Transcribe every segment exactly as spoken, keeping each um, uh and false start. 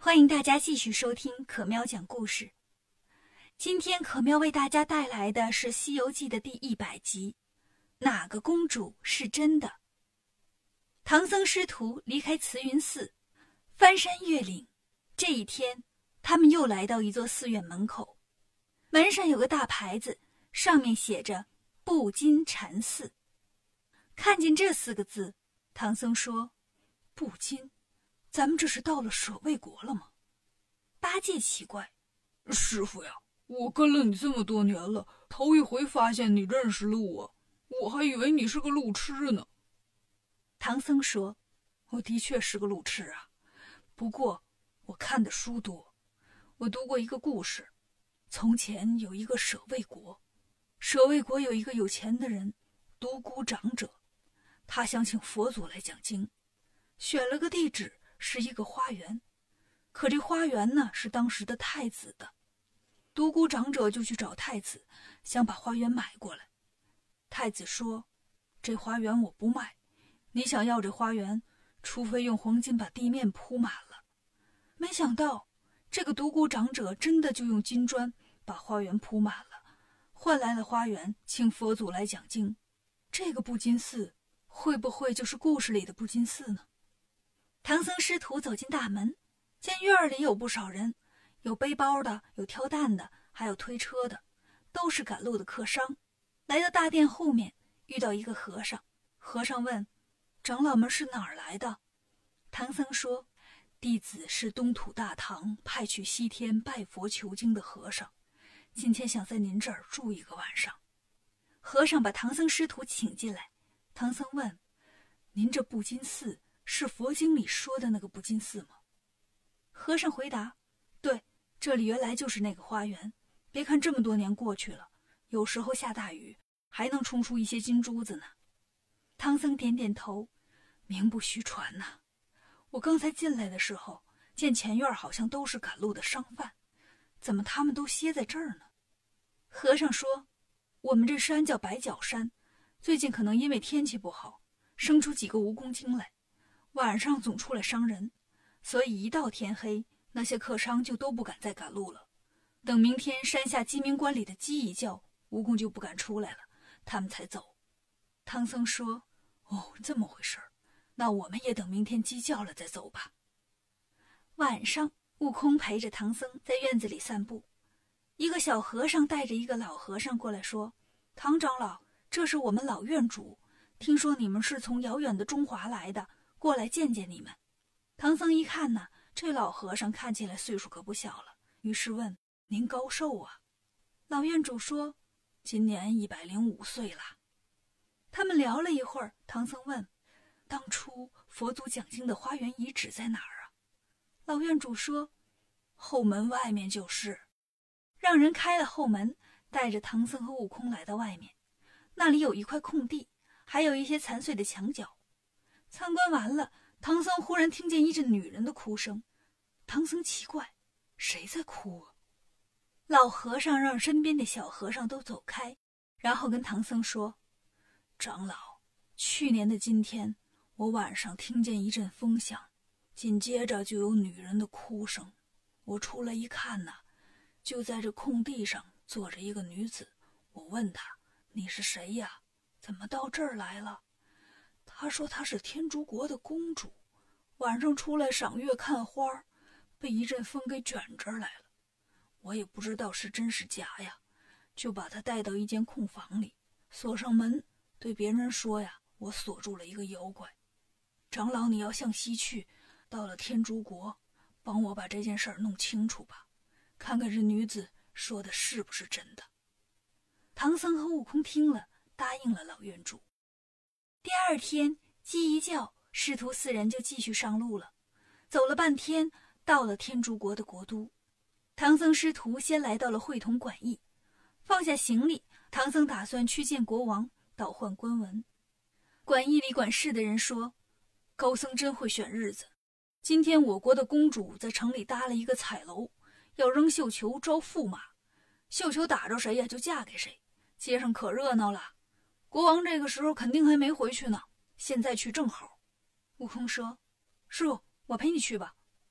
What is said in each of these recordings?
欢迎大家继续收听可喵讲故事。今天可喵为大家带来的是《西游记》的第一百集，哪个公主是真的？唐僧师徒离开慈云寺，翻山越岭。这一天，他们又来到一座寺院门口，门上有个大牌子，上面写着布金禅寺。看见这四个字，唐僧说：布金，咱们这是到了舍卫国了吗？八戒奇怪： 师傅呀，我跟了你这么多年了，头一回发现你认识路啊，我还以为你是个路痴呢。 唐僧说： 我的确是个路痴啊，不过我看的书多，我读过一个故事。从前有一个舍卫国，舍卫国有一个有钱的人，独孤长者，他想请佛祖来讲经，选了个地址，是一个花园。可这花园呢，是当时的太子的。独孤长者就去找太子，想把花园买过来。太子说：这花园我不卖，你想要这花园，除非用黄金把地面铺满了。没想到这个独孤长者真的就用金砖把花园铺满了，换来了花园，请佛祖来讲经。这个布金寺会不会就是故事里的布金寺呢？ 唐僧师徒走进大门，见院里有不少人，有背包的，有挑担的，还有推车的，都是赶路的客商。来到大殿后面，遇到一个和尚。和尚问：长老们是哪儿来的？唐僧说：弟子是东土大唐派去西天拜佛求经的和尚，今天想在您这儿住一个晚上。和尚把唐僧师徒请进来。唐僧问：您这布金寺是佛经里说的那个布金寺吗？和尚回答：对，这里原来就是那个花园，别看这么多年过去了，有时候下大雨还能冲出一些金珠子呢。唐僧点点头：名不虚传呐。我刚才进来的时候，见前院好像都是赶路的商贩，怎么他们都歇在这儿呢？和尚说：我们这山叫白角山，最近可能因为天气不好，生出几个蜈蚣精来，晚上总出来伤人，所以一到天黑，那些客商就都不敢再赶路了。等明天山下鸡鸣关里的鸡一叫，蜈蚣就不敢出来了，他们才走。唐僧说：哦，这么回事儿，那我们也等明天鸡叫了再走吧。晚上，悟空陪着唐僧在院子里散步，一个小和尚带着一个老和尚过来说：唐长老，这是我们老院主，听说你们是从遥远的中华来的，过来见见你们。唐僧一看呢，这老和尚看起来岁数可不小了，于是问：您高寿啊？老院主说：今年一百零五岁了。他们聊了一会儿，唐僧问：当初佛祖讲经的花园遗址在哪儿啊？老院主说：后门外面就是。让人开了后门，带着唐僧和悟空来到外面。那里有一块空地，还有一些残碎的墙角。参观完了，唐僧忽然听见一阵女人的哭声。唐僧奇怪，谁在哭啊？老和尚让身边的小和尚都走开，然后跟唐僧说：长老，去年的今天，我晚上听见一阵风响，紧接着就有女人的哭声。我出来一看呢，就在这空地上坐着一个女子。我问她：你是谁呀？怎么到这儿来了？她说她是天竺国的公主，晚上出来赏月看花，被一阵风给卷这儿来了。我也不知道是真是假呀，就把她带到一间空房里，锁上门，对别人说呀，我锁住了一个妖怪。长老，你要向西去，到了天竺国，帮我把这件事儿弄清楚吧，看看这女子说的是不是真的。唐僧和悟空听了，答应了老院主。第二天，鸡一叫，师徒四人就继续上路了。走了半天，到了天竺国的国都。唐僧师徒先来到了会同馆驿，放下行李，唐僧打算去见国王，倒换官文。馆驿里管事的人说：高僧真会选日子，今天我国的公主在城里搭了一个彩楼，要扔绣球招驸马，绣球打着谁呀，就嫁给谁，街上可热闹了。国王这个时候肯定还没回去呢，现在去正好。悟空说：师傅，我陪你去吧。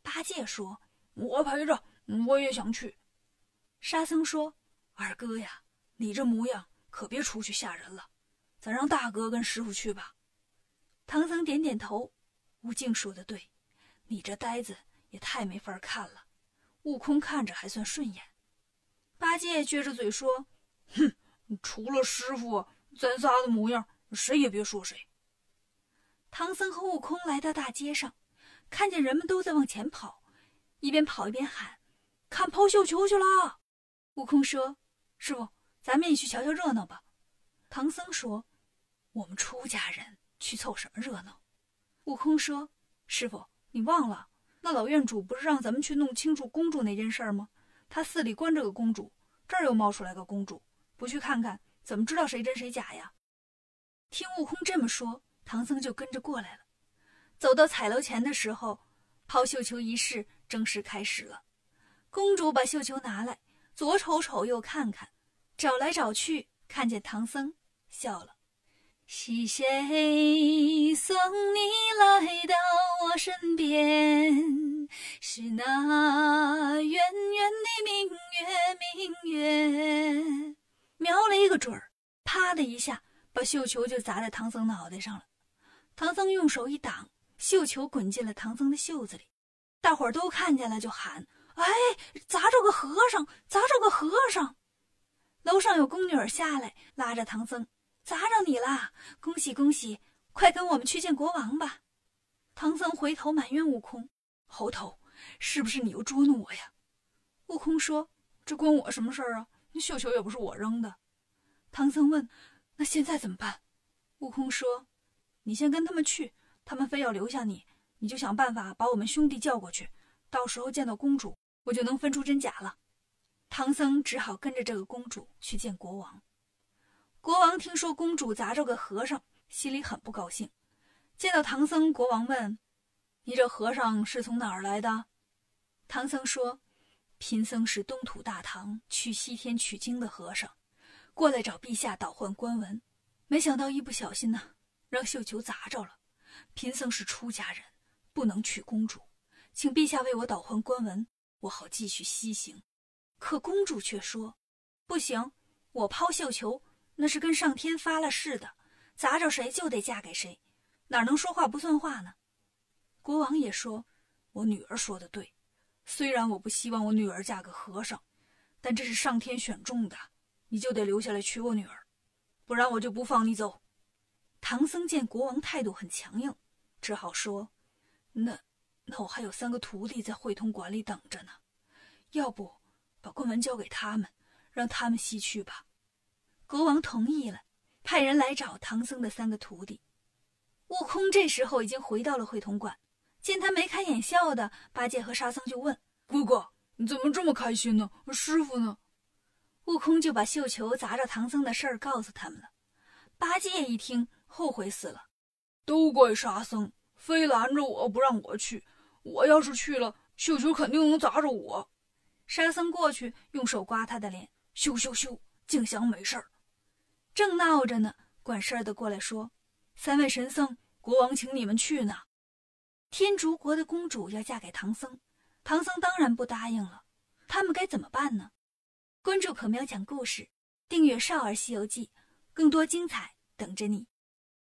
八戒说：“ 我陪着，我也想去。” 沙僧说：“ 二哥呀，你这模样可别出去吓人了，咱让大哥跟师傅去吧。” 唐僧点点头。悟净说的对，你这呆子也太没法看了，悟空看着还算顺眼。八戒撅着嘴说：“ 哼，除了师傅，咱仨的模样谁也别说谁。” 唐僧和悟空来到大街上，看见人们都在往前跑，一边跑一边喊：“看抛绣球去了！”悟空说：“师傅，咱们也去瞧瞧热闹吧。”唐僧说：“我们出家人去凑什么热闹？”悟空说：“师傅，你忘了那老院主不是让咱们去弄清楚公主那件事吗？他寺里关着个公主，这儿又冒出来个公主，不去看看，怎么知道谁真谁假呀？”听悟空这么说，唐僧就跟着过来了。走到彩楼前的时候，抛绣球仪式正式开始了。公主把绣球拿来，左瞅瞅右看看，找来找去，看见唐僧，笑了。是谁送你来到我身边？是那圆圆的明月，明月。瞄了一个准儿，啪的一下，把绣球就砸在唐僧脑袋上了。唐僧用手一挡，绣球滚进了唐僧的袖子里。大伙儿都看见了，就喊：“哎，砸着个和尚，砸着个和尚！”楼上有宫女儿下来，拉着唐僧：“砸着你啦！恭喜恭喜，快跟我们去见国王吧！”唐僧回头埋怨悟空：“ 猴头，是不是你又捉弄我呀？” 悟空说：“ 这关我什么事儿啊？绣球也不是我扔的。” 唐僧问：“那现在怎么办？”悟空说：“你先跟他们去，他们非要留下你，你就想办法把我们兄弟叫过去，到时候见到公主，我就能分出真假了。”唐僧只好跟着这个公主去见国王。国王听说公主砸着个和尚，心里很不高兴。见到唐僧，国王问：“你这和尚是从哪儿来的？”唐僧说：“贫僧是东土大唐去西天取经的和尚，过来找陛下倒换官文，没想到一不小心呢、啊，让绣球砸着了。贫僧是出家人，不能娶公主，请陛下为我倒换官文，我好继续西行。”可公主却说：“不行，我抛绣球那是跟上天发了誓的，砸着谁就得嫁给谁，哪能说话不算话呢？”国王也说：“我女儿说的对，虽然我不希望我女儿嫁个和尚，但这是上天选中的，你就得留下来娶我女儿，不然我就不放你走。”唐僧见国王态度很强硬，只好说：“那那我还有三个徒弟在会同馆里等着呢，要不把官文交给他们，让他们西去吧。”国王同意了，派人来找唐僧的三个徒弟。悟空这时候已经回到了会同馆，见他眉开眼笑的，八戒和沙僧就问：“ 哥哥，你怎么这么开心呢？师傅呢？” 悟空就把绣球砸着唐僧的事儿告诉他们了。八戒一听，后悔死了， 都怪沙僧，非拦着我不让我去，我要是去了，绣球肯定能砸着我。 沙僧过去用手刮他的脸：“咻咻咻，净想没事儿。”正闹着呢，管事儿的过来说：“三位神僧，国王请你们去呢。”天竺国的公主要嫁给唐僧，唐僧当然不答应了。他们该怎么办呢？关注可喵讲故事，订阅少儿西游记，更多精彩等着你。